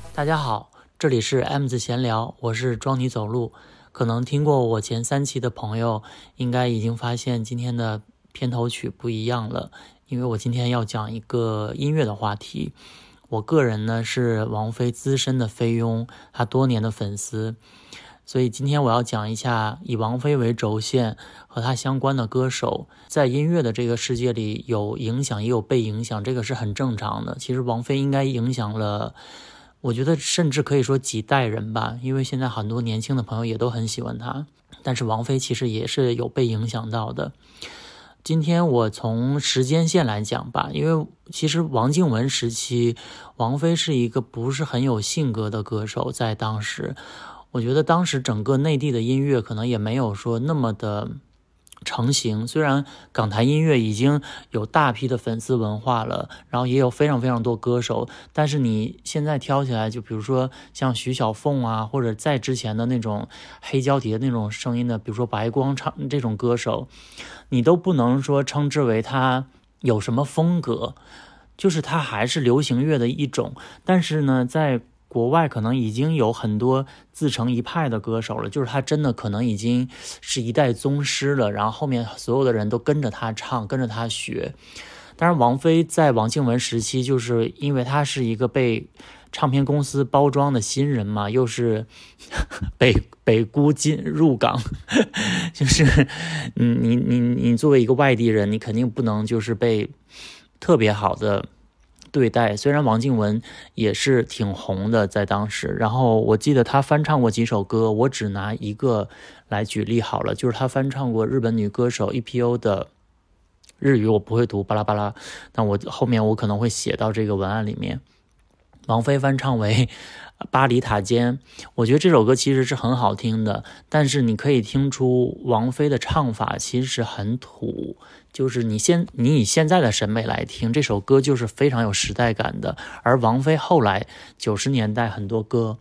大家好，这里是 M 字闲聊，我是装你走路。可能听过我前3期的朋友应该已经发现今天的片头曲不一样了，因为我今天要讲一个音乐的话题。我个人呢是王菲资深的菲佣，她多年的粉丝，所以今天我要讲一下以王菲为轴线和她相关的歌手在音乐的这个世界里有影响也有被影响，这个是很正常的。其实王菲应该影响了，我觉得甚至可以说几代人吧，因为现在很多年轻的朋友也都很喜欢她，但是王菲其实也是有被影响到的。今天我从时间线来讲吧，因为其实王靖雯时期，王菲是一个不是很有性格的歌手，在当时，我觉得当时整个内地的音乐可能也没有说那么的成型，虽然港台音乐已经有大批的粉丝文化了，然后也有非常非常多歌手，但是你现在挑起来，就比如说像徐小凤啊，或者在之前的那种黑胶碟那种声音的，比如说白光唱这种歌手，你都不能说称之为他有什么风格，就是他还是流行乐的一种，但是呢在国外可能已经有很多自成一派的歌手了，就是他真的可能已经是一代宗师了，然后后面所有的人都跟着他唱，跟着他学。当然王菲在王靖雯时期，就是因为她是一个被唱片公司包装的新人嘛，又是北姑入港，就是你作为一个外地人，你肯定不能就是被特别好的对待。虽然王靖雯也是挺红的在当时，然后我记得她翻唱过几首歌，我只拿一个来举例好了，就是她翻唱过日本女歌手 EPO 的日语，我不会读巴拉巴拉，但我后面我可能会写到这个文案里面。王菲翻唱为巴黎塔尖，我觉得这首歌其实是很好听的，但是你可以听出王菲的唱法其实很土，就是你以现在的审美来听，这首歌就是非常有时代感的。而王菲后来90年代很多歌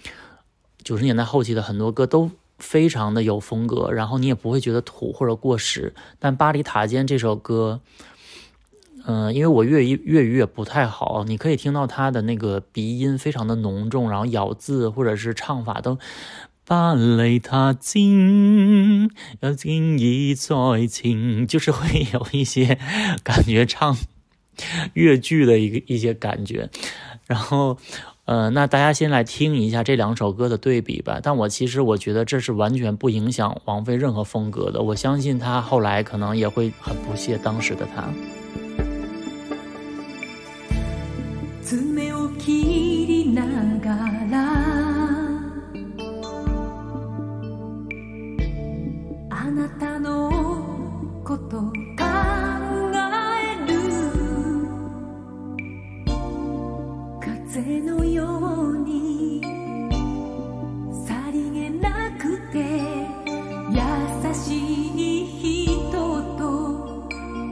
，90年代后期的很多歌都非常的有风格，然后你也不会觉得土或者过时。但巴黎塔尖这首歌，因为我粤语也不太好，你可以听到他的那个鼻音非常的浓重，然后咬字或者是唱法都巴黎塔尖要经已在前，就是会有一些感觉唱粤剧的一些感觉。然后那大家先来听一下这2首歌的对比吧。但我觉得这是完全不影响王菲任何风格的，我相信她后来可能也会很不屑当时的她。 爪を切りながらあなたのこと考える風のようにさりげなくて優しい人と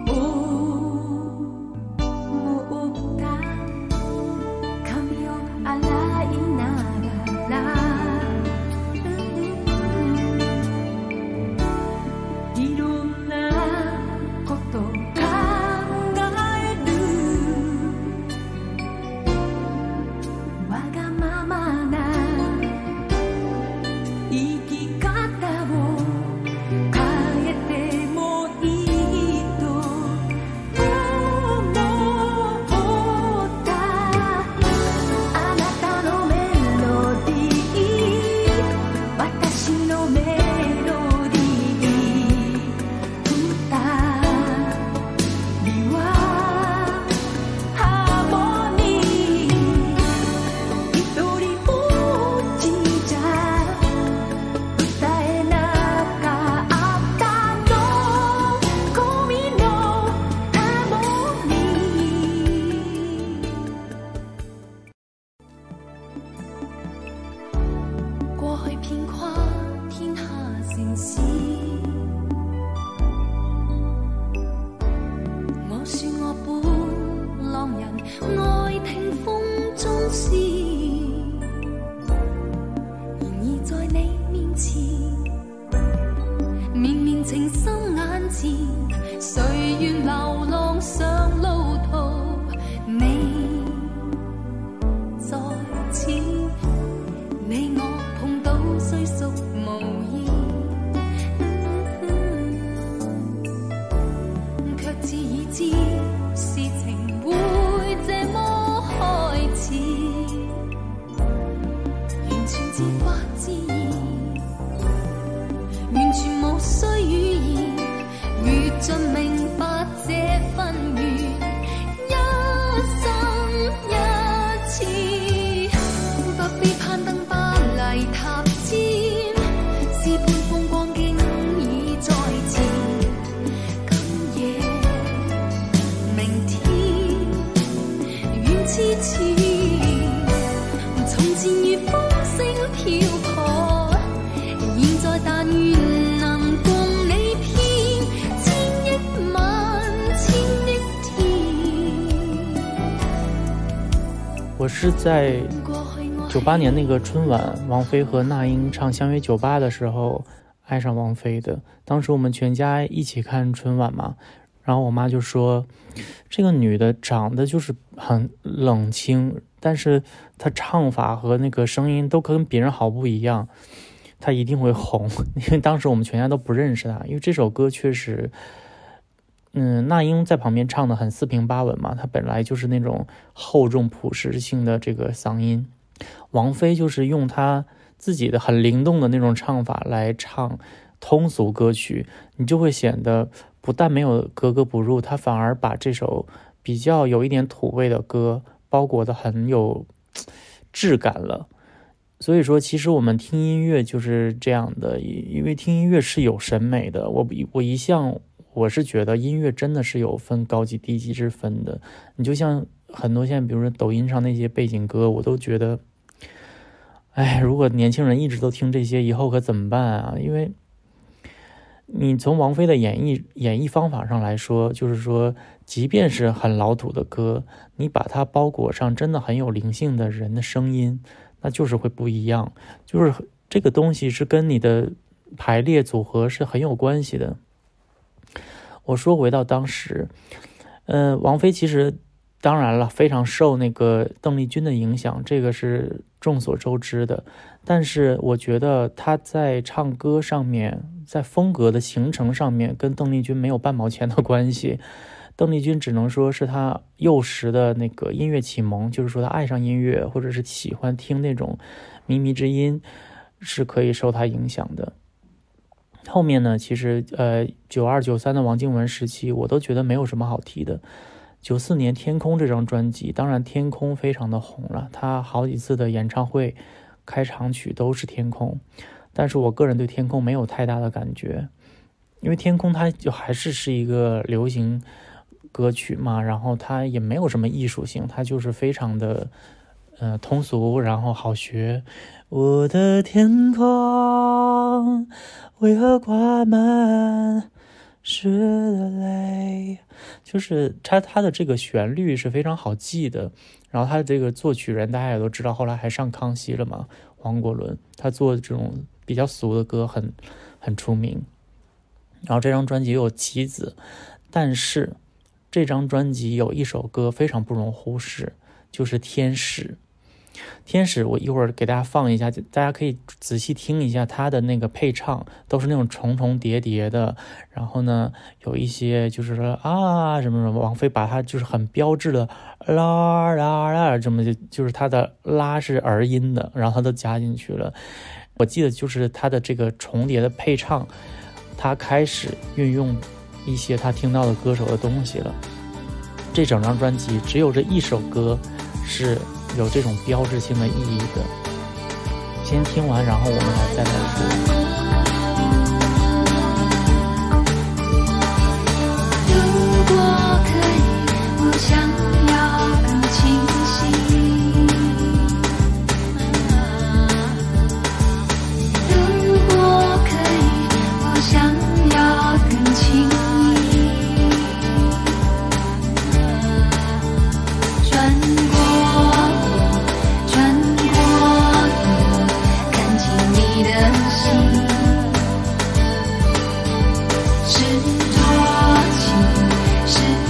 前，谁愿流浪上路途？你在前。 屬無意，卻自已知事情會這麼開始，完全自發自然，完全無需語言，如盡明白這份緣，一生一次，不必攀登巴黎塔尖，是半風光經已在前，今夜明天遠之前，從前如風聲飄泊，現在但願能共你編千億晚千億天。 我是在98年那个春晚，王菲和那英唱《相约酒吧》的时候爱上王菲的。当时我们全家一起看春晚嘛，然后我妈就说，这个女的长得就是很冷清，但是她唱法和那个声音都跟别人好不一样，她一定会红。因为当时我们全家都不认识她，因为这首歌确实那英在旁边唱的很四平八稳嘛，她本来就是那种厚重朴实性的这个嗓音。王菲就是用她自己的很灵动的那种唱法来唱通俗歌曲，你就会显得不但没有格格不入，她反而把这首比较有一点土味的歌包裹得很有质感了。所以说其实我们听音乐就是这样的，因为听音乐是有审美的。我是觉得音乐真的是有分高级低级之分的。你就像很多现在比如说抖音上那些背景歌，我都觉得如果年轻人一直都听这些，以后可怎么办啊？因为你从王菲的演绎方法上来说，就是说即便是很老土的歌，你把它包裹上真的很有灵性的人的声音，那就是会不一样，就是这个东西是跟你的排列组合是很有关系的。我说回到当时王菲其实当然了非常受那个邓丽君的影响，这个是众所周知的，但是我觉得她在唱歌上面，在风格的形成上面跟邓丽君没有半毛钱的关系。邓丽君只能说是她幼时的那个音乐启蒙，就是说她爱上音乐或者是喜欢听那种靡靡之音是可以受她影响的。后面呢，其实92、93的王靖雯时期我都觉得没有什么好提的。94年天空这张专辑，当然天空非常的红了，他好几次的演唱会开场曲都是天空，但是我个人对天空没有太大的感觉，因为天空它就还是一个流行歌曲嘛，然后它也没有什么艺术性，它就是非常的通俗，然后好学。我的天空为何挂满湿的泪，就是他的这个旋律是非常好记的。然后他的这个作曲人大家也都知道，后来还上康熙了嘛，黄国伦，他做这种比较俗的歌很出名。然后这张专辑有棋子，但是这张专辑有一首歌非常不容忽视，就是天使。天使我一会儿给大家放一下，大家可以仔细听一下他的那个配唱，都是那种重重叠叠的，然后呢有一些就是说什么什么，王菲把它就是很标志的啦啦啦，这么就是他的拉是儿音的，然后他都加进去了。我记得就是他的这个重叠的配唱，他开始运用一些他听到的歌手的东西了。这整张专辑只有这一首歌是有这种标志性的意义的。先听完，然后我们再来说。 如果可以，我想要更清晰。如果可以，我想要更轻易。穿过你，看清你的心。是多情，是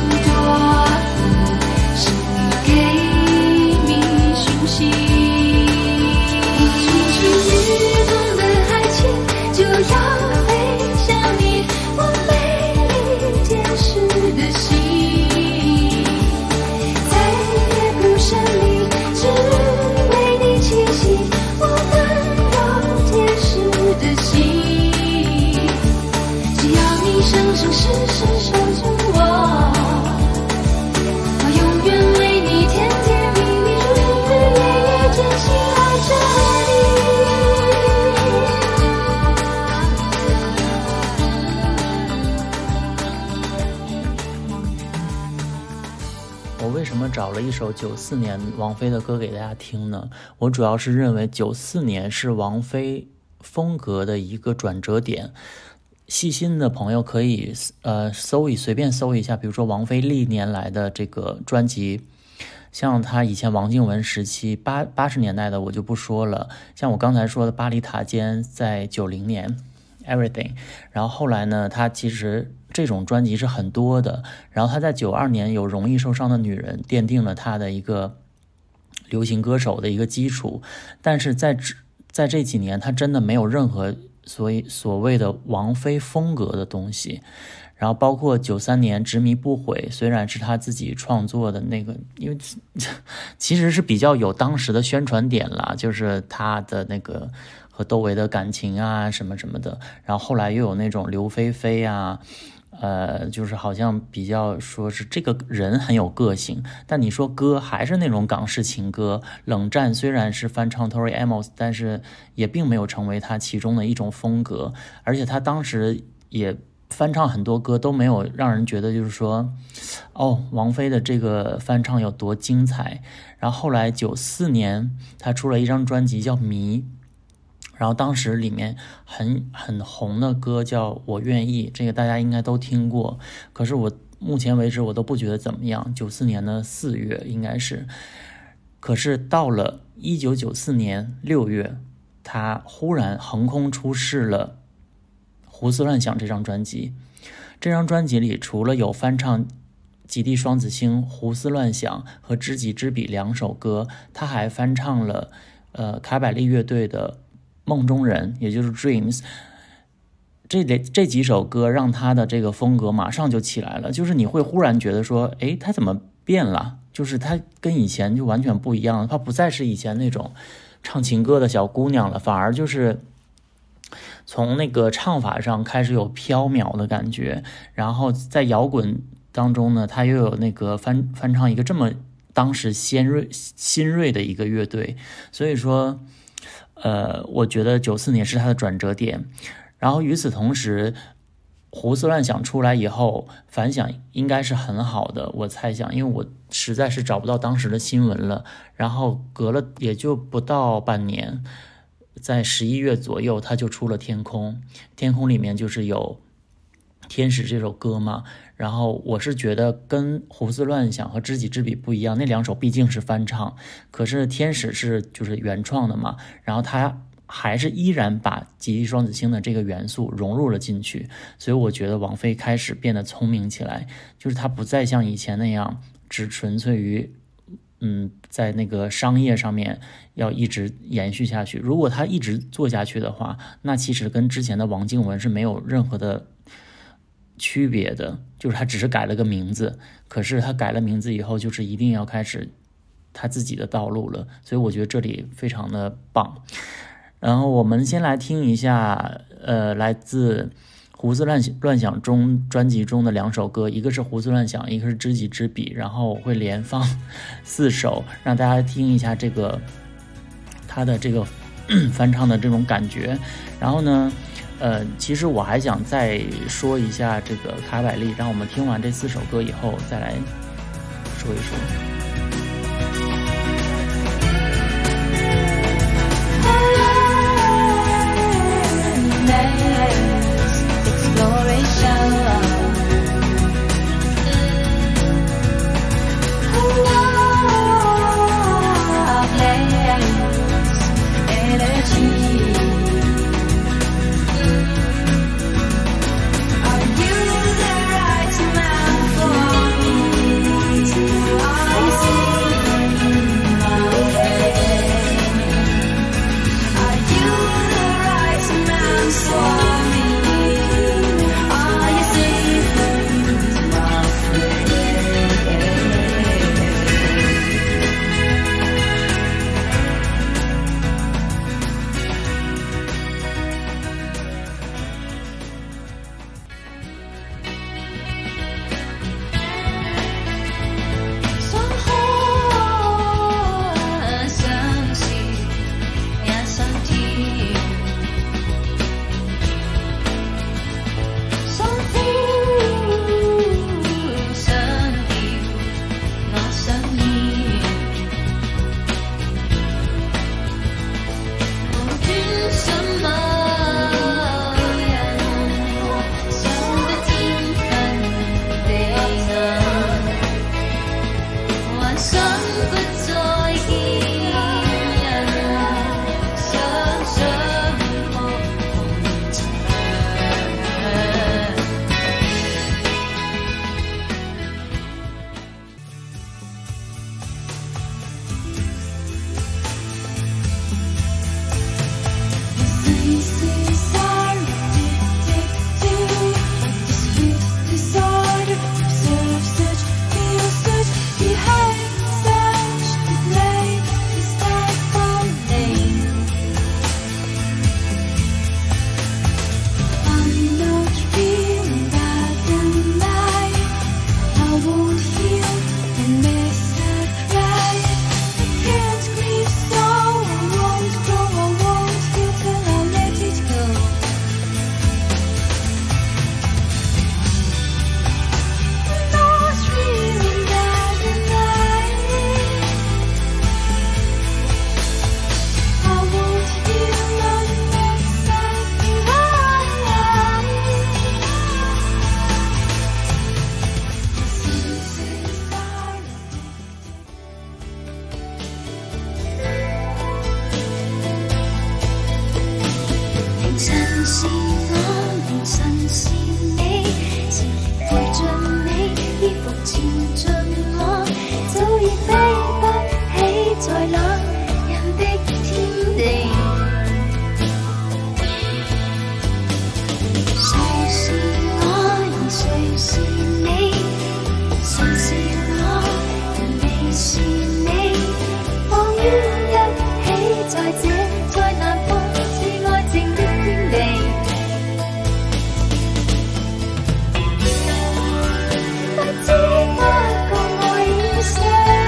了一首94年王菲的歌给大家听呢？我主要是认为94年是王菲风格的一个转折点。细心的朋友可以随便搜一下，比如说王菲历年来的这个专辑，像她以前王静文时期80年代的我就不说了，像我刚才说的巴黎塔尖在90年 Everything， 然后后来呢她其实这种专辑是很多的，然后她在92年有容易受伤的女人奠定了她的一个流行歌手的一个基础，但是在这几年她真的没有任何所谓的王菲风格的东西。然后包括93年执迷不悔，虽然是他自己创作的那个，因为其实是比较有当时的宣传点啦，就是他的那个和窦唯的感情啊什么什么的，然后后来又有那种刘菲菲啊，就是好像比较说是这个人很有个性，但你说歌还是那种港式情歌。冷战虽然是翻唱 Tori Amos， 但是也并没有成为他其中的一种风格，而且他当时也翻唱很多歌都没有让人觉得就是说王菲的这个翻唱有多精彩。然后后来94年他出了一张专辑叫迷，然后当时里面很红的歌叫我愿意，这个大家应该都听过，可是我目前为止我都不觉得怎么样。94年的4月应该是，可是到了1994年6月他忽然横空出世了胡思乱想这张专辑。这张专辑里除了有翻唱极地双子星胡思乱想和知己知彼2首歌，他还翻唱了卡百利乐队的梦中人，也就是 Dreams。 这几首歌让他的这个风格马上就起来了，就是你会忽然觉得说他怎么变了，就是他跟以前就完全不一样了，他不再是以前那种唱情歌的小姑娘了，反而就是从那个唱法上开始有飘渺的感觉。然后在摇滚当中呢，他又有那个翻唱一个这么当时新锐的一个乐队，所以说我觉得94年是他的转折点。然后与此同时胡思乱想出来以后反响应该是很好的，我猜想，因为我实在是找不到当时的新闻了。然后隔了也就不到半年，在11月左右他就出了天空里面就是有天使这首歌嘛。然后我是觉得跟胡思乱想和知己知彼不一样，那2首毕竟是翻唱，可是天使是就是原创的嘛，然后他还是依然把极地双子星的这个元素融入了进去。所以我觉得王菲开始变得聪明起来，就是她不再像以前那样只纯粹于在那个商业上面要一直延续下去。如果他一直做下去的话，那其实跟之前的王静文是没有任何的区别的，就是他只是改了个名字，可是他改了名字以后就是一定要开始他自己的道路了。所以我觉得这里非常的棒。然后我们先来听一下来自胡思乱想中专辑中的2首歌，一个是胡思乱想，一个是知己知彼，然后我会连放4首让大家听一下这个他的这个翻唱的这种感觉。然后呢其实我还想再说一下这个卡百利，让我们听完这4首歌以后再来说一说。 Are you the right man for me? 在这在南方是愛情的天地。不知不覺我已死，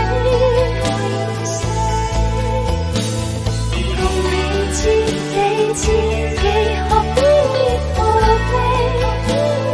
共你千幾千幾何必逃避？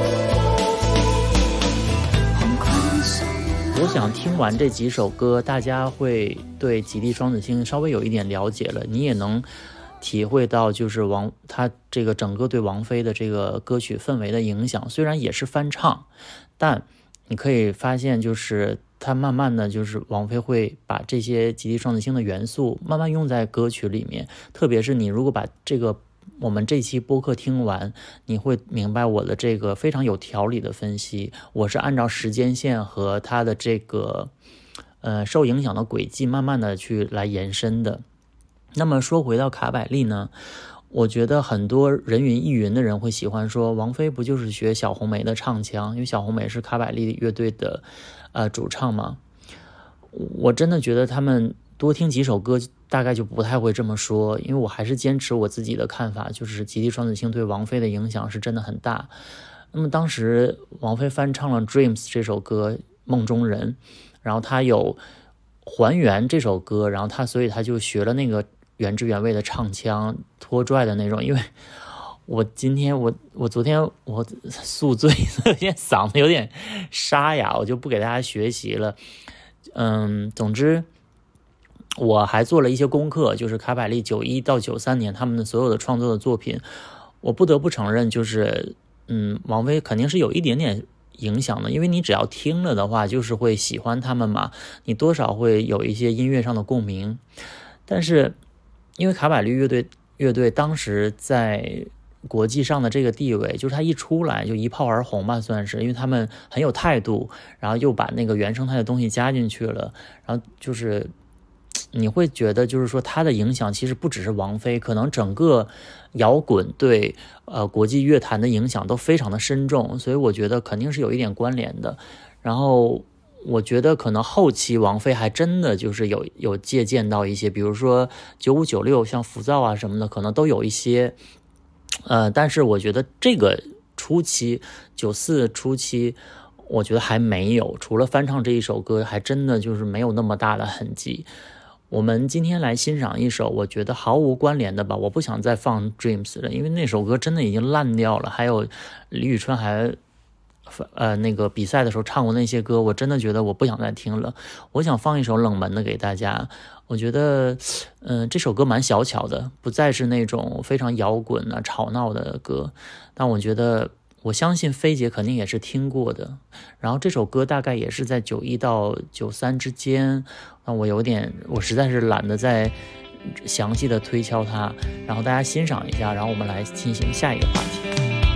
紅裙送我想听完这几首歌，大家会对极地双子星稍微有一点了解了，你也能体会到就是他这个整个对王菲的这个歌曲氛围的影响。虽然也是翻唱，但你可以发现就是他慢慢的就是王菲会把这些极地双子星的元素慢慢用在歌曲里面。特别是你如果把我们这期播客听完，你会明白我的这个非常有条理的分析，我是按照时间线和它的这个受影响的轨迹慢慢的去来延伸的。那么说回到卡百利呢，我觉得很多人云亦云的人会喜欢说王菲不就是学小红梅的唱腔，因为小红梅是卡百利乐队的主唱嘛。我真的觉得他们多听几首歌大概就不太会这么说，因为我还是坚持我自己的看法，就是极地双子星对王菲的影响是真的很大。那么当时王菲翻唱了 Dreams 这首歌梦中人，然后他有还原这首歌，然后所以他就学了那个原汁原味的唱腔拖拽的那种。因为我昨天我宿醉，有点嗓子有点沙哑，我就不给大家学习了。总之我还做了一些功课，就是卡百利91到93年他们的所有的创作的作品，我不得不承认就是王菲肯定是有一点点影响的，因为你只要听了的话就是会喜欢他们嘛，你多少会有一些音乐上的共鸣。但是因为卡百利乐队当时在国际上的这个地位，就是他一出来就一炮而红吧，算是，因为他们很有态度，然后又把那个原生态的东西加进去了，然后就是你会觉得就是说他的影响其实不只是王菲，可能整个摇滚对国际乐坛的影响都非常的深重，所以我觉得肯定是有一点关联的。然后我觉得可能后期王菲还真的就是有借鉴到一些，比如说95、96像浮躁啊什么的可能都有一些，但是我觉得这个初期94初期我觉得还没有，除了翻唱这一首歌还真的就是没有那么大的痕迹。我们今天来欣赏一首我觉得毫无关联的吧，我不想再放 Dreams 了，因为那首歌真的已经烂掉了，还有李宇春还那个比赛的时候唱过那些歌，我真的觉得我不想再听了。我想放一首冷门的给大家，我觉得这首歌蛮小巧的，不再是那种非常摇滚啊吵闹的歌，但我觉得我相信菲姐肯定也是听过的。然后这首歌大概也是在91到93之间，我实在是懒得再详细的推敲它，然后大家欣赏一下，然后我们来进行下一个话题。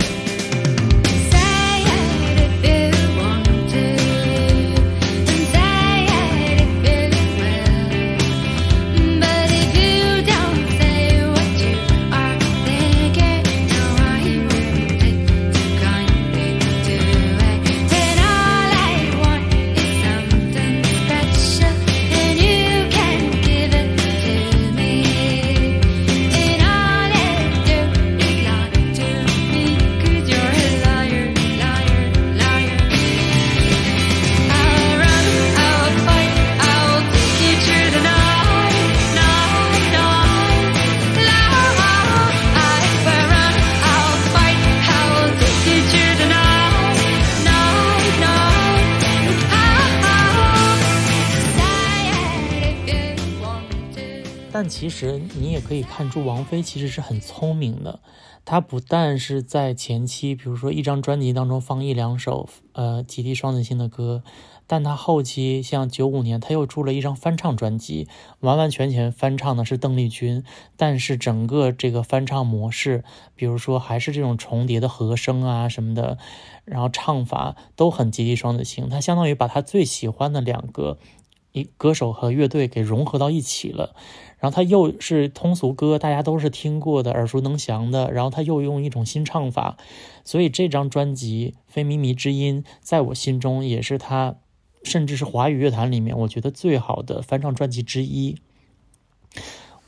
但其实你也可以看出王菲其实是很聪明的，她不但是在前期比如说一张专辑当中放一两首极地双子星的歌，但她后期像95年她又出了一张翻唱专辑，完完全全翻唱的是邓丽君，但是整个这个翻唱模式比如说还是这种重叠的和声啊什么的，然后唱法都很极地双子星，她相当于把她最喜欢的两个歌手和乐队给融合到一起了。然后他又是通俗歌，大家都是听过的耳熟能详的，然后他又用一种新唱法，所以这张专辑《非靡靡之音》在我心中也是他甚至是华语乐坛里面我觉得最好的翻唱专辑之一。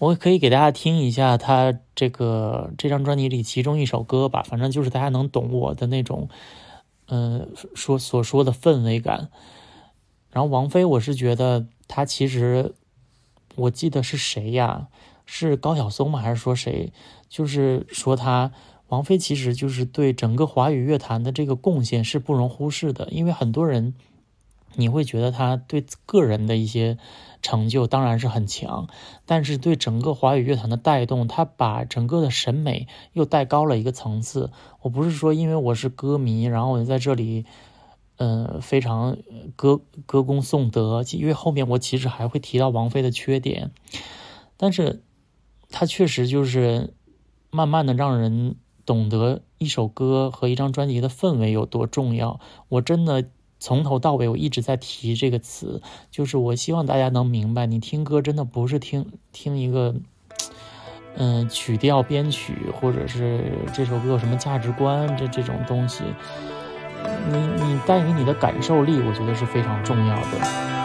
我可以给大家听一下他这张专辑里其中一首歌吧，反正就是大家能懂我的那种所说的氛围感。然后王菲，我是觉得他其实，我记得是谁呀？是高晓松吗？还是说谁？就是说王菲其实就是对整个华语乐坛的这个贡献是不容忽视的。因为很多人你会觉得他对个人的一些成就当然是很强，但是对整个华语乐坛的带动，他把整个的审美又带高了一个层次。我不是说因为我是歌迷，然后我在这里非常歌功颂德，因为后面我其实还会提到王菲的缺点，但是他确实就是慢慢的让人懂得一首歌和一张专辑的氛围有多重要。我真的从头到尾我一直在提这个词，就是我希望大家能明白，你听歌真的不是听一个曲调编曲，或者是这首歌有什么价值观这种东西，你带给你的感受力，我觉得是非常重要的。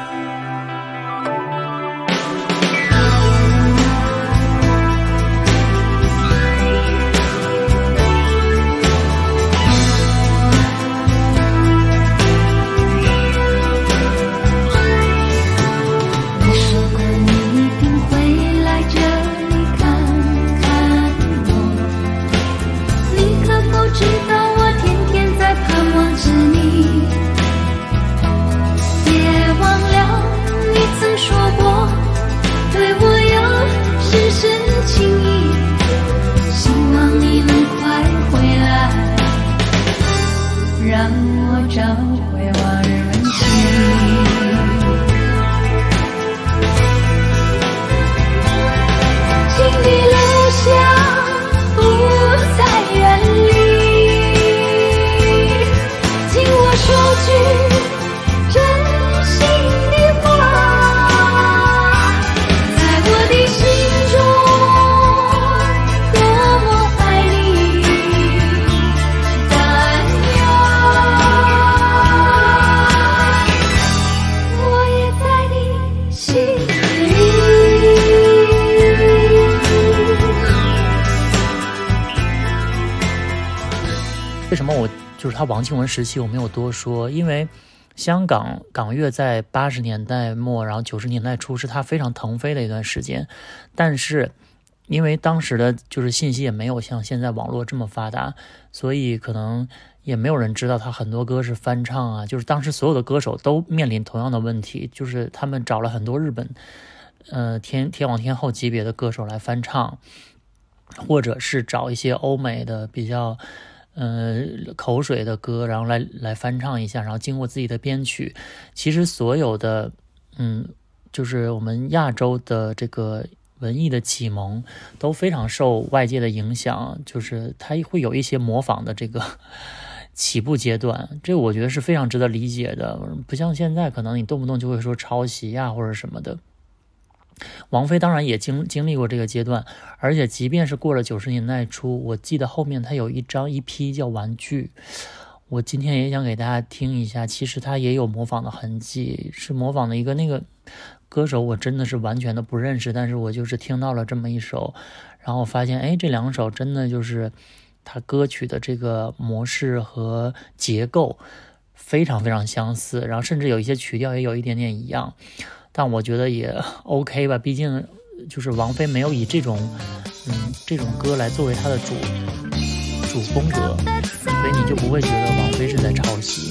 为什么就是他王靖雯时期我没有多说，因为香港港乐在80年代末然后90年代初是他非常腾飞的一段时间，但是因为当时的就是信息也没有像现在网络这么发达，所以可能也没有人知道他很多歌是翻唱啊，就是当时所有的歌手都面临同样的问题，就是他们找了很多日本天王天后级别的歌手来翻唱，或者是找一些欧美的比较口水的歌，然后来翻唱一下，然后经过自己的编曲。其实所有的就是我们亚洲的这个文艺的启蒙都非常受外界的影响，就是它会有一些模仿的这个起步阶段，这个我觉得是非常值得理解的，不像现在可能你动不动就会说抄袭啊或者什么的。王菲当然也经历过这个阶段，而且即便是过了90年代初，我记得后面她有一张EP叫《玩具》，我今天也想给大家听一下，其实她也有模仿的痕迹，是模仿的一个那个歌手，我真的是完全的不认识，但是我就是听到了这么一首，然后发现这两首真的就是她歌曲的这个模式和结构非常非常相似，然后甚至有一些曲调也有一点点一样，但我觉得也 OK 吧，毕竟就是王菲没有以这种歌来作为她的主风格，所以你就不会觉得王菲是在抄袭。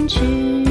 宣傳。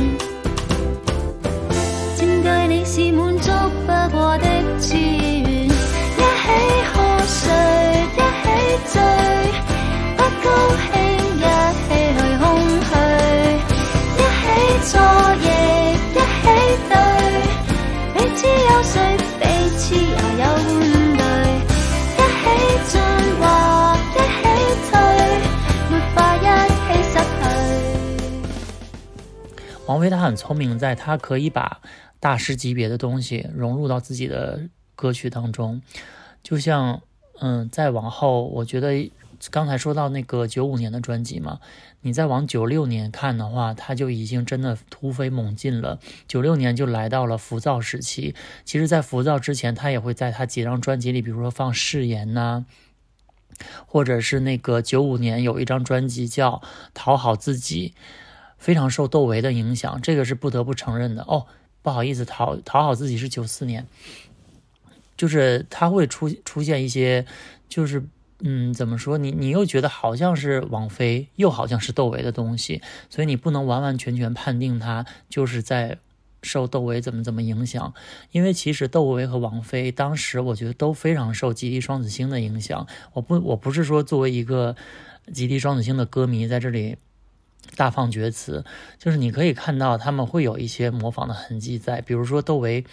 佔據你是滿足不過的資源，一起喝水，一起醉，不高興一起去空虛，一起錯亦一起對，彼此有誰彼此也有換對，一起進化一起退，沒法一起失去。 王菲她很聰明，在她可以把大師級別的東西融入到自己的歌曲當中，就像再往後，我覺得剛才說到那個95年的專輯嘛，你再往96年看的話，它就已經真的突飛猛進了。96年就來到了浮躁時期，其實在浮躁之前，他也會在他幾張專輯裡，比如說放誓言呐，或者是那個95年有一張專輯叫討好自己，非常受竇唯的影響，這個是不得不承認的哦。不好意思，討好自己是94年，就是他會出現一些，就是怎麼說，你又覺得好像是王菲，又好像是竇唯的東西，所以你不能完完全全判定他就是在受竇唯怎麼影響，因為其實竇唯和王菲當時我覺得都非常受極地雙子星的影響。我不是說作為一個極地雙子星的歌迷在這裡大放厥詞，就是你可以看到他們會有一些模仿的痕跡在，比如說竇唯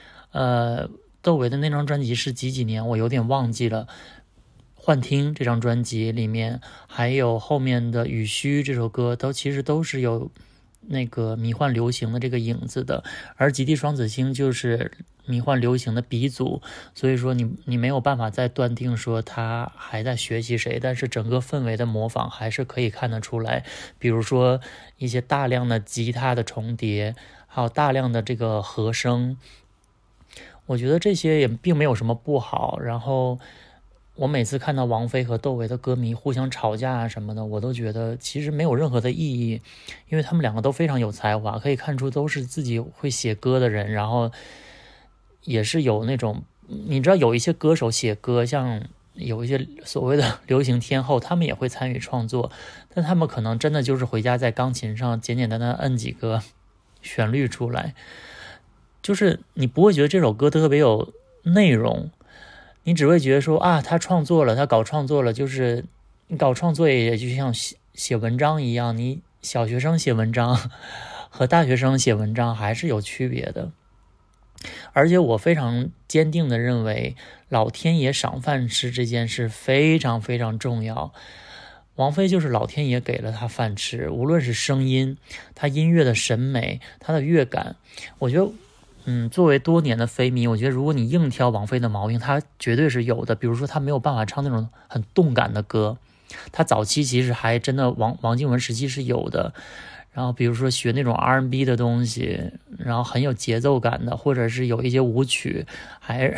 的那張專輯是幾年我有點忘記了，幻聽這張專輯裡面還有後面的雨虛這首歌其實都是有那個迷幻流行的這個影子的，而極地雙子星就是迷幻流行的鼻祖，所以說你沒有辦法再斷定說他還在學習誰，但是整個氛圍的模仿還是可以看得出來，比如說一些大量的吉他的重疊，還有大量的這個和聲，我覺得這些也並沒有什麼不好。然後我每次看到王菲和竇唯的歌迷互相吵架啊什麼的，我都覺得其實沒有任何的意義，因為他們兩個都非常有才華，可以看出都是自己會寫歌的人，然後也是有那種，你知道有一些歌手寫歌，像有一些所謂的流行天后，他們也會參與創作，但他們可能真的就是回家在鋼琴上簡簡單單摁幾個旋律出來，就是你不會覺得這首歌特別有內容，你只會覺得說啊，他創作了，他搞創作了，就是你搞創作也就像寫文章一樣，你小學生寫文章和大學生寫文章還是有區別的。而且我非常堅定的認為老天爺賞飯吃這件事非常非常重要，王菲就是老天爺給了她飯吃，無論是聲音，她音樂的審美，她的樂感，我覺得作為多年的菲迷，我覺得如果你硬挑王菲的毛病，她絕對是有的。比如說她沒有辦法唱那種很動感的歌，她早期其實還真的王靖雯時期是有的，然後比如說學那種 R&B 的東西，然後很有節奏感的，或者是有一些舞曲還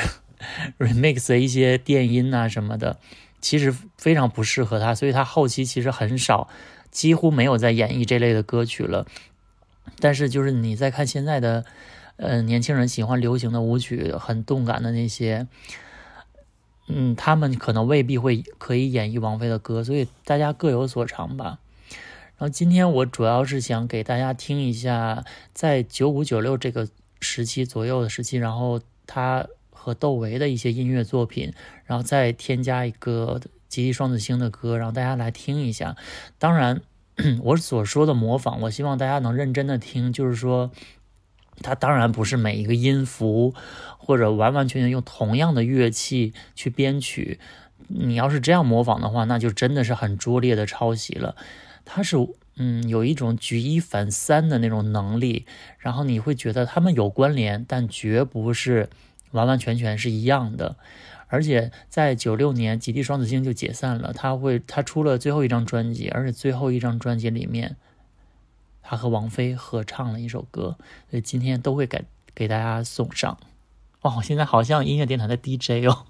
remix 一些電音啊什麼的，其實非常不適合她，所以她後期其實很少，幾乎沒有在演繹這類的歌曲了。但是就是你再看現在的年輕人喜歡流行的舞曲，很動感的那些，他們可能未必會可以演繹王菲的歌，所以大家各有所長吧。然後今天我主要是想給大家聽一下，在95、96這個時期左右的時期，然後他和竇唯的一些音樂作品，然後再添加一個極地雙子星的歌，讓大家來聽一下。當然我所說的模仿，我希望大家能認真的聽，就是說它當然不是每一個音符或者完完全全用同樣的樂器去編曲，你要是這樣模仿的話，那就真的是很拙劣的抄襲了。它是有一種舉一反三的那種能力，然後你會覺得他們有關聯，但絕不是完完全全是一樣的。而且在96年極地雙子星就解散了，他出了最後一張專輯，而且最後一張專輯裡面他和王菲合唱了一首歌，所以今天都會給大家送上。哦，現在好像音樂電台的 DJ 哦。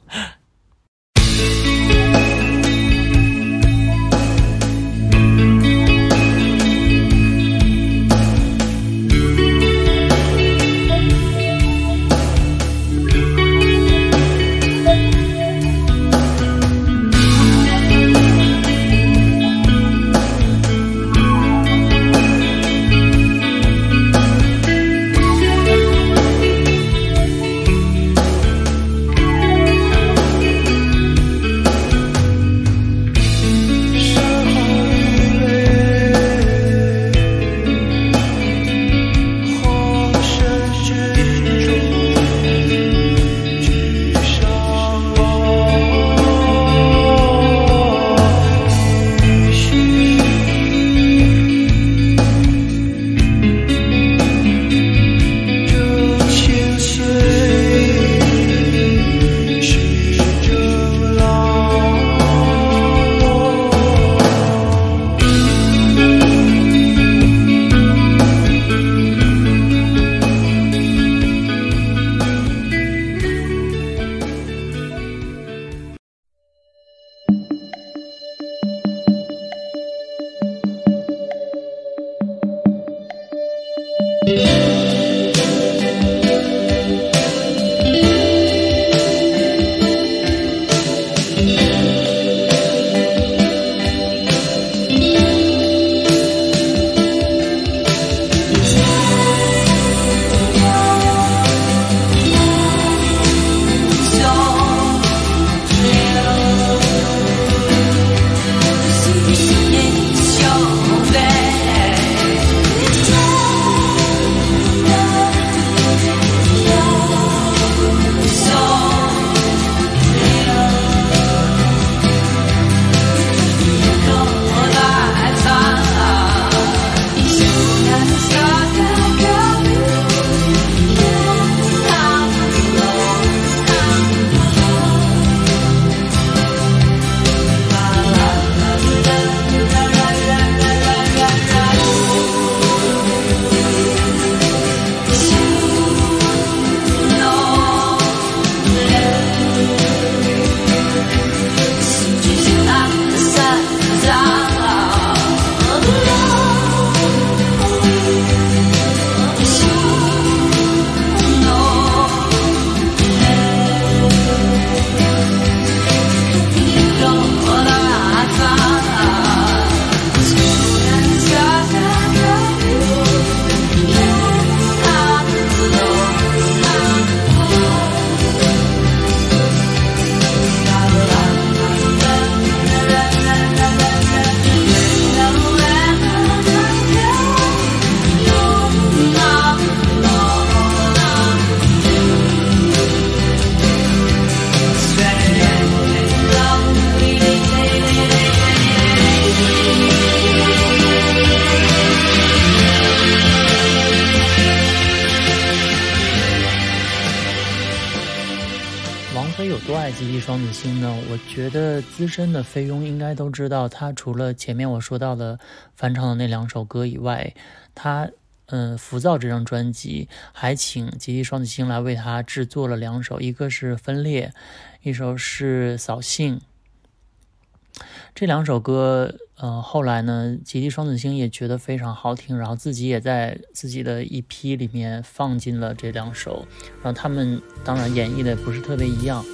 多爱极地双子星呢？我觉得资深的菲佣应该都知道，他除了前面我说到的翻唱的那2首歌以外，他浮躁这张专辑还请极地双子星来为他制作了2首，一个是分裂，一首是扫兴。这2首歌后来呢极地双子星也觉得非常好听，然后自己也在自己的EP里面放进了这2首，然后他们当然演绎的不是特别一样。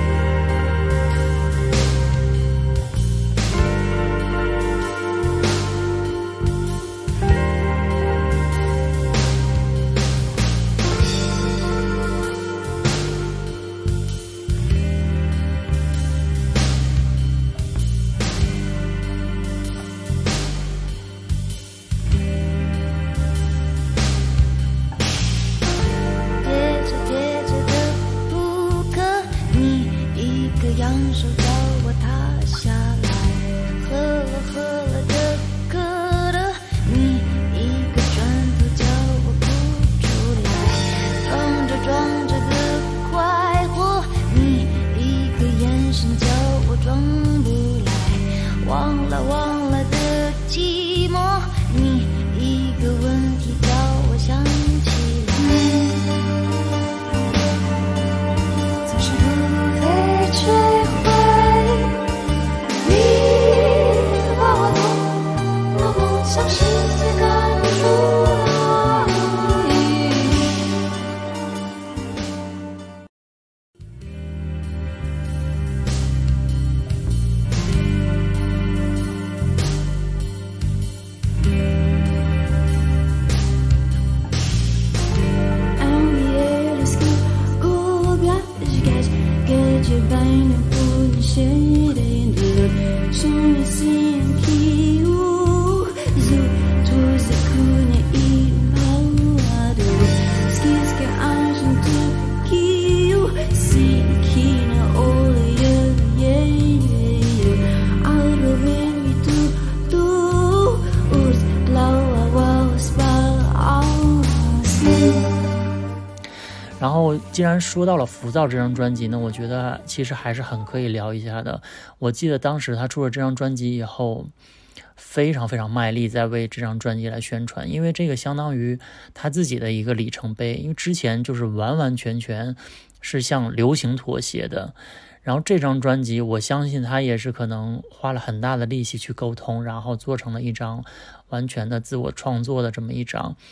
然后既然说到了浮躁这张专辑呢，我觉得其实还是很可以聊一下的。我记得当时他出了这张专辑以后，非常非常卖力在为这张专辑来宣传，因为这个相当于他自己的一个里程碑，因为之前就是完完全全是向流行妥协的。然后这张专辑我相信他也是可能花了很大的力气去沟通，然后做成了一张完全的自我创作的这么一张。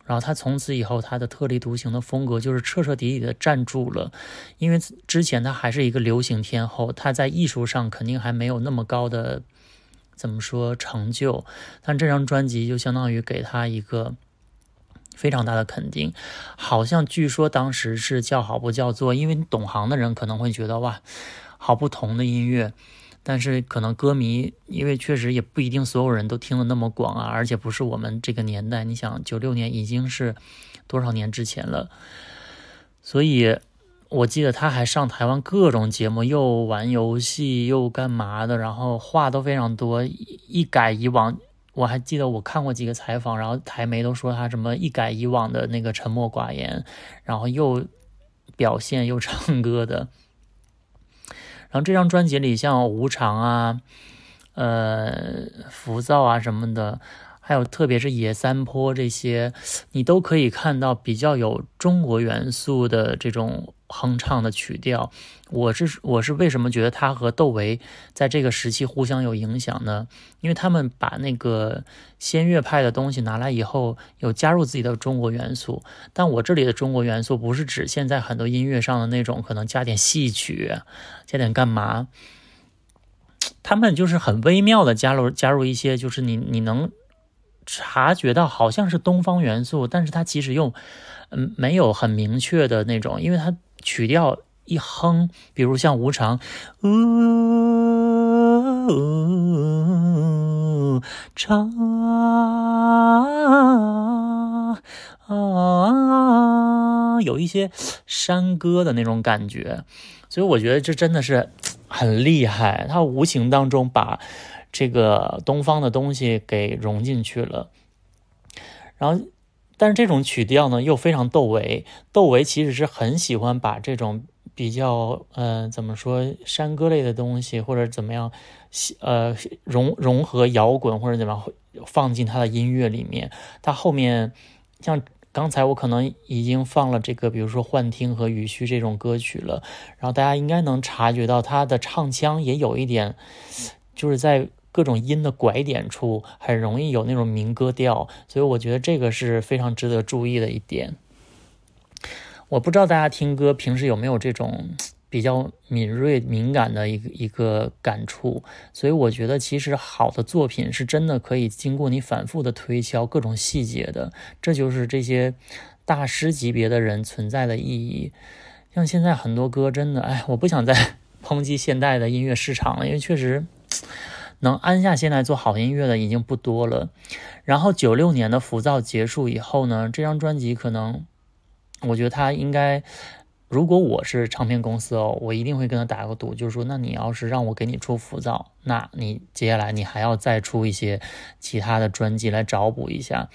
然后他从此以后他的特立独行的风格就是彻彻底底的站住了，因为之前他还是一个流行天后，他在艺术上肯定还没有那么高的怎么说成就，但这张专辑就相当于给他一个非常大的肯定。好像据说当时是叫好不叫座，因为懂行的人可能会觉得哇，好不同的音乐，但是可能歌迷因为确实也不一定所有人都听得那么广啊，而且不是我们这个年代，你想96年已经是多少年之前了，所以我记得他还上台湾各种节目，又玩游戏又干嘛的，然后话都非常多，一改以往。我还记得我看过几个采访，然后台媒都说他什么一改以往的那个沉默寡言，然后又表现又唱歌的。然后这张专辑里像无常啊、浮躁啊什么的，还有特别是野三坡这些，你都可以看到比较有中国元素的这种哼唱的曲调。我是为什么觉得他和窦唯在这个时期互相有影响呢？因为他们把那个仙乐派的东西拿来以后，有加入自己的中国元素。但我这里的中国元素不是指现在很多音乐上的那种可能加点戏曲，加点干嘛，他们就是很微妙的加入一些，就是你能察觉到好像是东方元素，但是它其实又没有很明确的那种，因为它曲调一哼，比如像无常，唱有一些山歌的那种感觉，所以我觉得这真的是很厉害，他无形当中把这个东方的东西给融进去了。然后但是这种曲调呢又非常窦唯其实是很喜欢把这种比较怎么说山歌类的东西或者怎么样融合摇滚或者怎么样放进他的音乐里面。他后面像刚才我可能已经放了这个比如说幻听和雨虚这种歌曲了，然后大家应该能察觉到他的唱腔也有一点就是在各种音的拐点处很容易有那种民歌调，所以我觉得这个是非常值得注意的一点。我不知道大家听歌平时有没有这种比较敏锐敏感的一个感触，所以我觉得其实好的作品是真的可以经过你反复的推敲各种细节的，这就是这些大师级别的人存在的意义。像现在很多歌真的我不想再抨击现代的音乐市场了，因为确实能安下心来做好音乐的已经不多了。然后96年的浮躁结束以后呢，这张专辑可能我觉得他应该，如果我是唱片公司我一定会跟他打个赌，就是说那你要是让我给你出浮躁，那你接下来你还要再出一些其他的专辑来找补一下。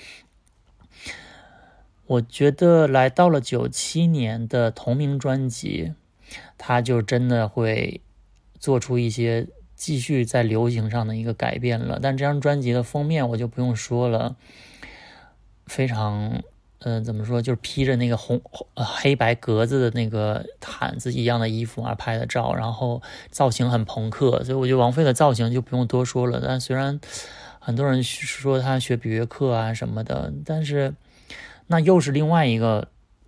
我觉得来到了97年的同名专辑，他就真的会做出一些继续在流行上的一个改变了。但这张专辑的封面我就不用说了，非常怎么说，就是披着那个黑白格子的那个毯子一样的衣服拍的照，然后造型很朋克，所以我觉得王菲的造型就不用多说了。但虽然很多人说她学比约克啊什么的，但是那又是另外一个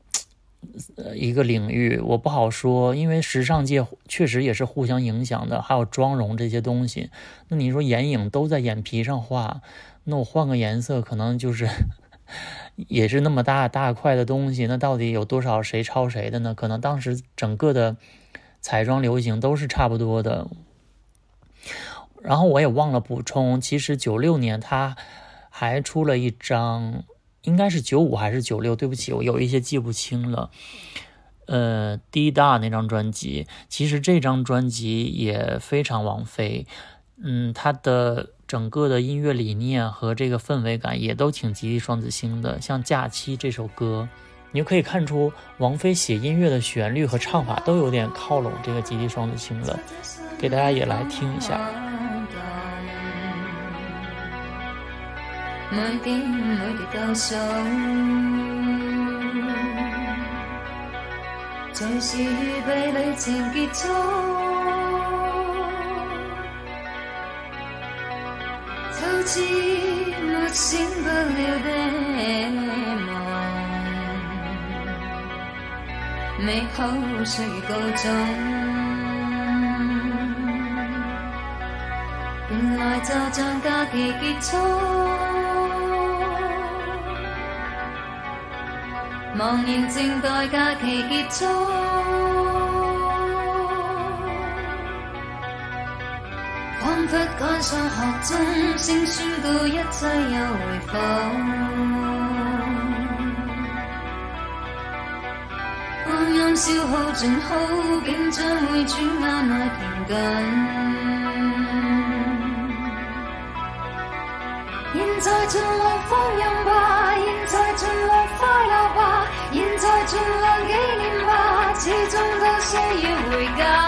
领域，我不好说，因为时尚界确实也是互相影响的，还有妆容这些东西。那你说眼影都在眼皮上画，那我换个颜色可能就是也是那么大块的东西，那到底有多少谁抄谁的呢？可能当时整个的彩妆流行都是差不多的。然后我也忘了补充，其实96年他还出了一张，应该是95还是96，对不起，我有一些记不清了。滴答那张专辑，其实这张专辑也非常王菲，他的整个的音乐理念和这个氛围感也都挺极地双子星的。像假期这首歌，你就可以看出王菲写音乐的旋律和唱法都有点靠拢这个极地双子星了，给大家也来听一下。 每點倒數，隨時預備旅程結束，就似沒醒不了的夢， 美好歲月告終，原來就像假期結束，茫然靜待假期結束，彷彿趕上學鐘聲宣告一切又回復。光陰消耗盡好景，將會轉眼內停頓。現在盡量放任吧，現在盡量快樂吧，現在盡量紀念吧，始終都需要回家。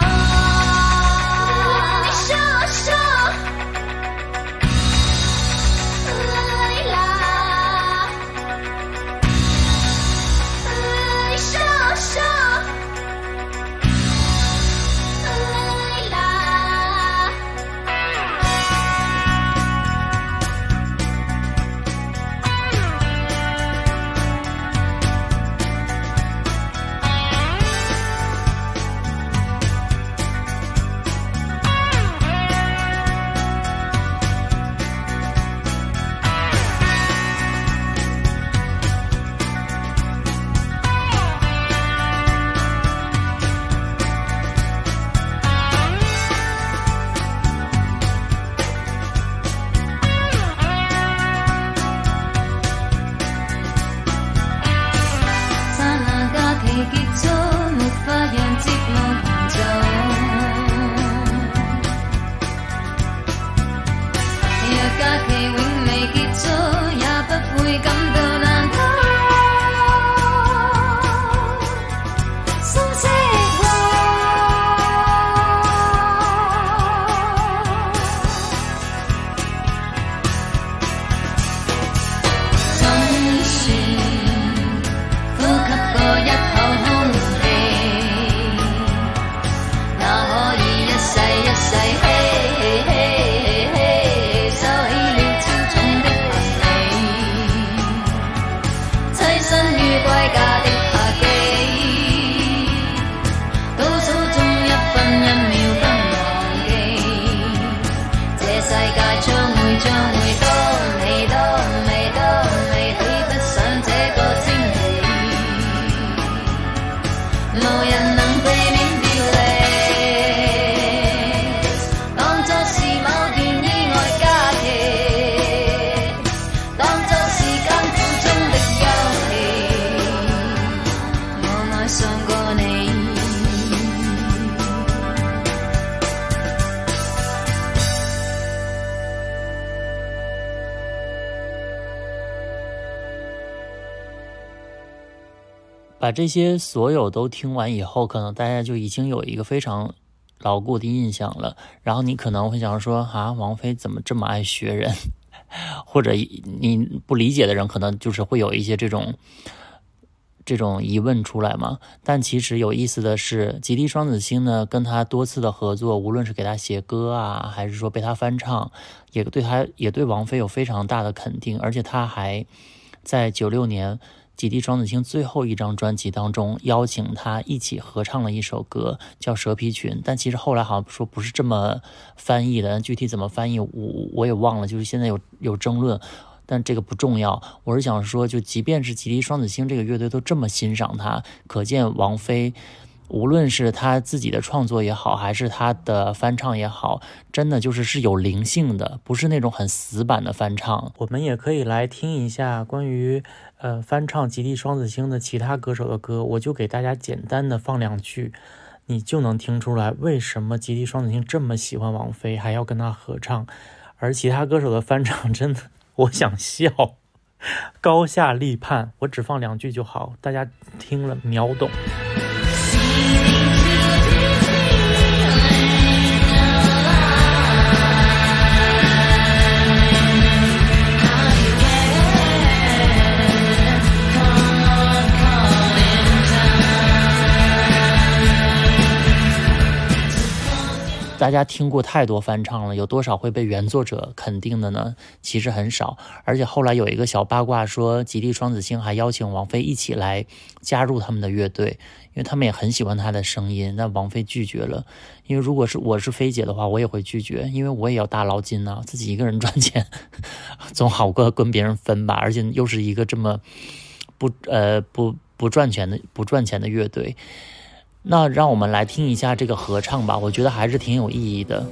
把这些所有都听完以后，可能大家就已经有一个非常牢固的印象了。然后你可能会想说啊，王菲怎么这么爱学人？或者你不理解的人可能就是会有一些这种疑问出来嘛。但其实有意思的是，极地双子星呢跟他多次的合作，无论是给他写歌啊，还是说被他翻唱，也对王菲有非常大的肯定。而且他还在96年极地双子星最后一张专辑当中邀请他一起合唱了一首歌叫蛇皮裙，但其实后来好像说不是这么翻译的，具体怎么翻译我也忘了，就是现在有争论，但这个不重要。我是想说，就即便是极地双子星这个乐队都这么欣赏他，可见王菲无论是他自己的创作也好，还是他的翻唱也好，真的是有灵性的，不是那种很死板的翻唱。我们也可以来听一下关于翻唱极地双子星的其他歌手的歌，我就给大家简单的放两句，你就能听出来为什么极地双子星这么喜欢王菲，还要跟他合唱。而其他歌手的翻唱真的我想笑，高下立判。我只放两句就好，大家听了秒懂。 大家听过太多翻唱了，有多少会被原作者肯定的呢？其实很少。而且后来有一个小八卦说，极地双子星还邀请王菲一起来加入他们的乐队，因为他们也很喜欢她的声音。那王菲拒绝了，因为如果是我是菲姐的话，我也会拒绝，因为我也要大捞金啊，自己一个人赚钱总好过跟别人分吧。而且又是一个这么不赚钱的乐队。那让我们来听一下这个合唱吧，我觉得还是挺有意义的。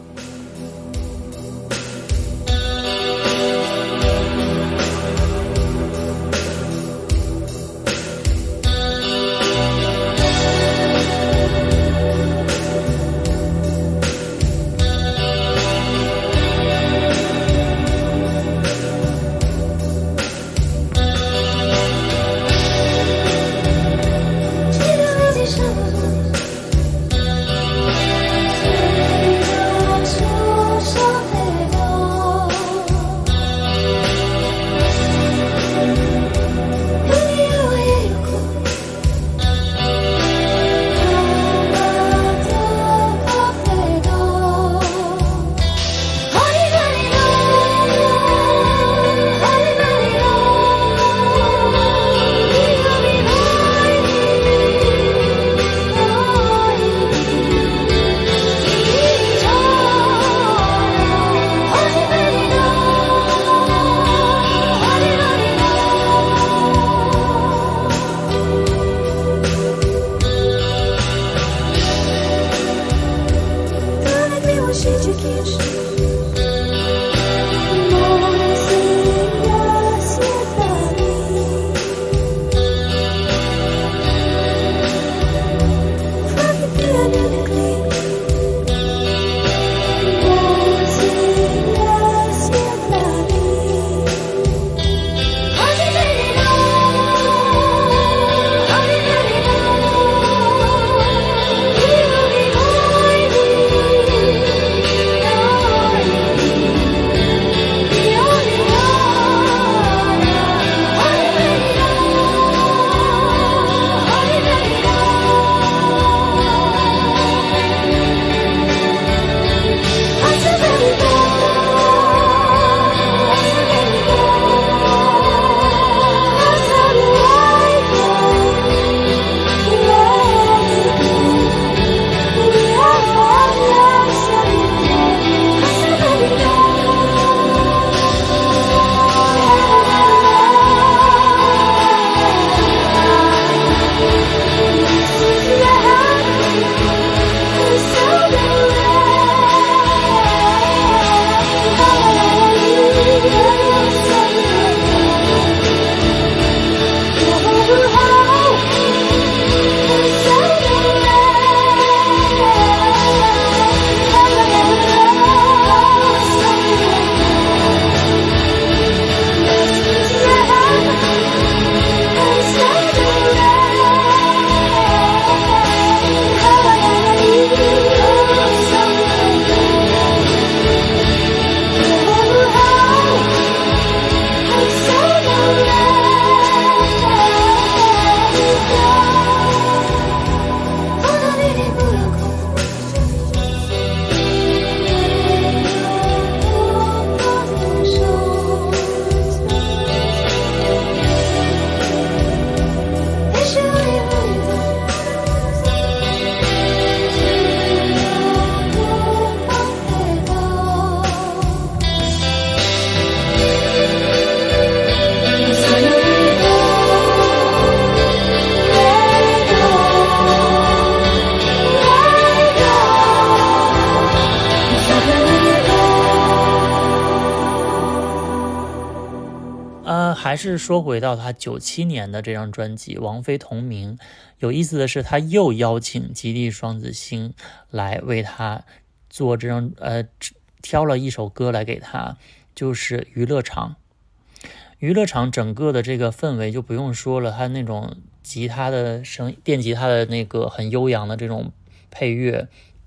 还是说回到他97年的这张专辑《王菲同名》，有意思的是，他又邀请极地双子星来为他做这张挑了一首歌来给他，就是《娱乐场》。娱乐场整个的这个氛围就不用说了，他那种吉他的电吉他的那个很悠扬的这种配乐，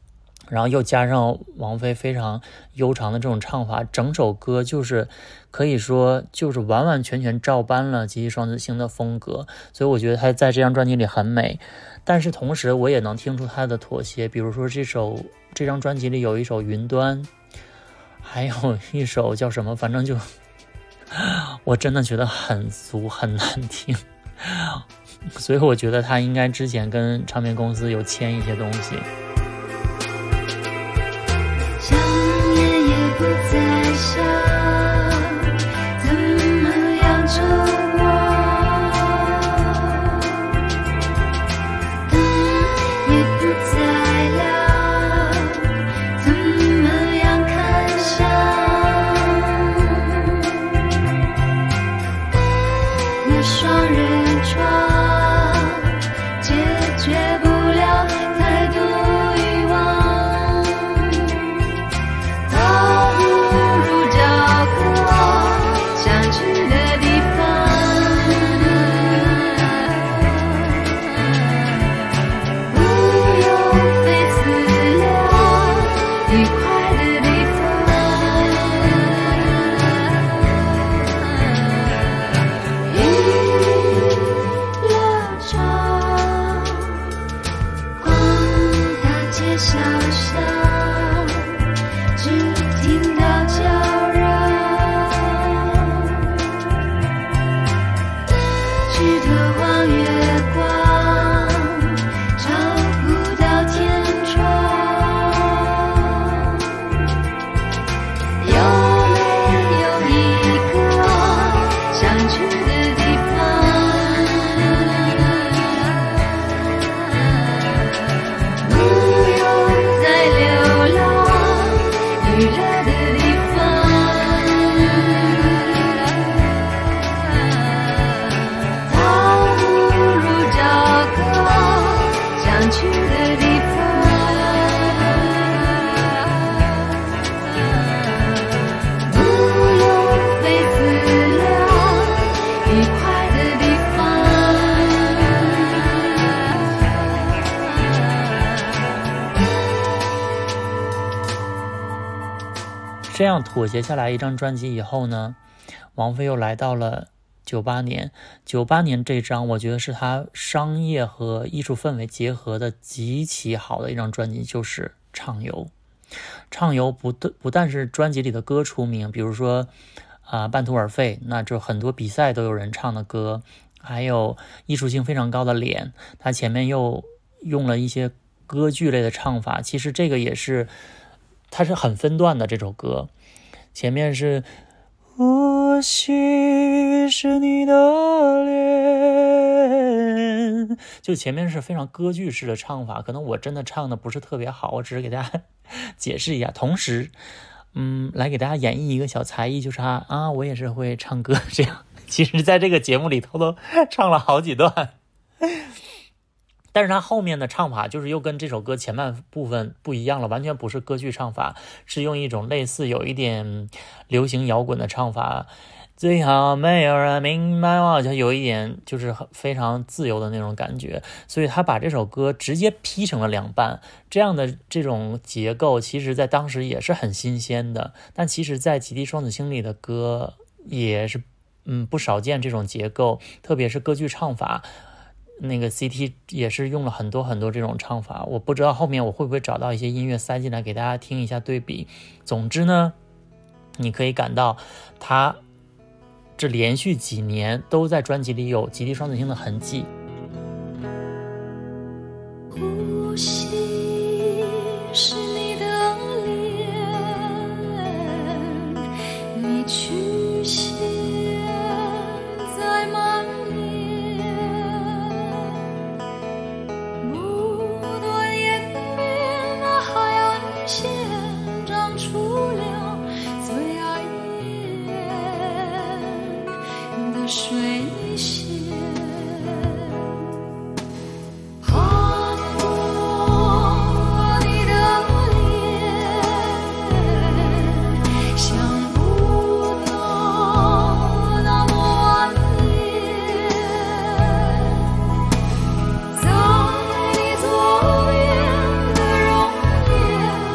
然后又加上王菲非常悠长的这种唱法，整首歌就是可以说就是完完全全照搬了极地双子星的风格，所以我觉得她在这张专辑里很美。但是同时我也能听出她的妥协，比如说这张专辑里有一首云端，还有一首叫什么，反正就我真的觉得很俗很难听，所以我觉得她应该之前跟唱片公司有签一些东西。 想念也不再想，怎么样折磨，灯也不再亮，怎么样看向，那双人床解决不了太多欲望，倒不如找个想去的地方，不用费思量，愉快的地方，娱乐场，逛大街小巷，只听到叫嚷，去渴望月光，找不到天窗，有没有一个想去的地方，不用再流浪，娱乐的地方，倒不如找个想去的地方，不用费思量，愉快的地方。 这样妥协下来一张专辑以后呢，王菲又来到了98年。98年这张我觉得是她商业和艺术氛围结合的极其好的一张专辑，就是畅游。畅游不但是专辑里的歌出名，比如说半途而废，那就很多比赛都有人唱的歌，还有艺术性非常高的脸，它前面又用了一些歌剧类的唱法，其实这个也是它是很分段的。这首歌前面是呼吸是你的脸，就前面是非常歌剧式的唱法，可能我真的唱的不是特别好，我只是给大家解释一下，同时来给大家演绎一个小才艺，就是我也是会唱歌这样，其实在这个节目里头都唱了好几段，但是他后面的唱法就是又跟这首歌前半部分不一样了，完全不是歌剧唱法，是用一种类似有一点流行摇滚的唱法，最好没有人明白我，就有一点就是非常自由的那种感觉，所以他把这首歌直接劈成了两半，这样的这种结构其实在当时也是很新鲜的，但其实在极地双子星里的歌也是不少见这种结构，特别是歌剧唱法，那个 CT 也是用了很多很多这种唱法，我不知道后面我会不会找到一些音乐塞进来给大家听一下对比。总之呢，你可以感到他这连续几年都在专辑里有极地双子星的痕迹。 呼吸是你的脸，你曲线在蔓延，不断演变的海岸线长出了最爱眼的水线，划过你的脸，想不到那么蜿蜒，在你左边的容颜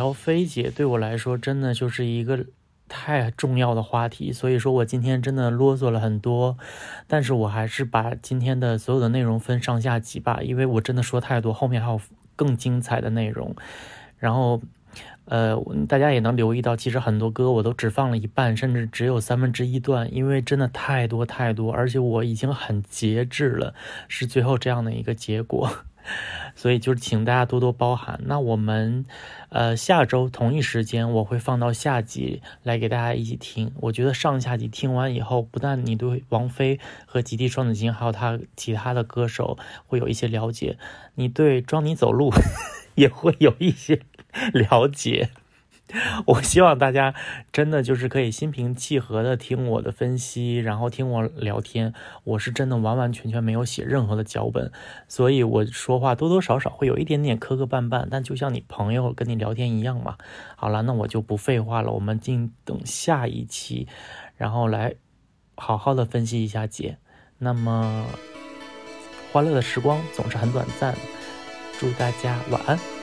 聊菲姐对我来说真的就是一个太重要的话题，所以说我今天真的啰嗦了很多，但是我还是把今天的所有的内容分上下集吧，因为我真的说太多，后面还有更精彩的内容。然后大家也能留意到，其实很多歌我都只放了一半，甚至只有1/3段，因为真的太多，而且我已经很节制了，是最后这样的一个结果。所以就是请大家多多包涵。那我们下周同一时间我会放到下集来给大家一起听。我觉得上下集听完以后，不但你对王菲和极地双子星还有他其他的歌手会有一些了解，你对装你走路也会有一些了解。我希望大家真的就是可以心平气和的听我的分析，然后听我聊天。我是真的完完全全没有写任何的脚本，所以我说话多多少少会有一点点磕磕绊绊，但就像你朋友跟你聊天一样嘛。好了，那我就不废话了，我们静等下一期，然后来好好的分析一下姐。那么欢乐的时光总是很短暂，祝大家晚安。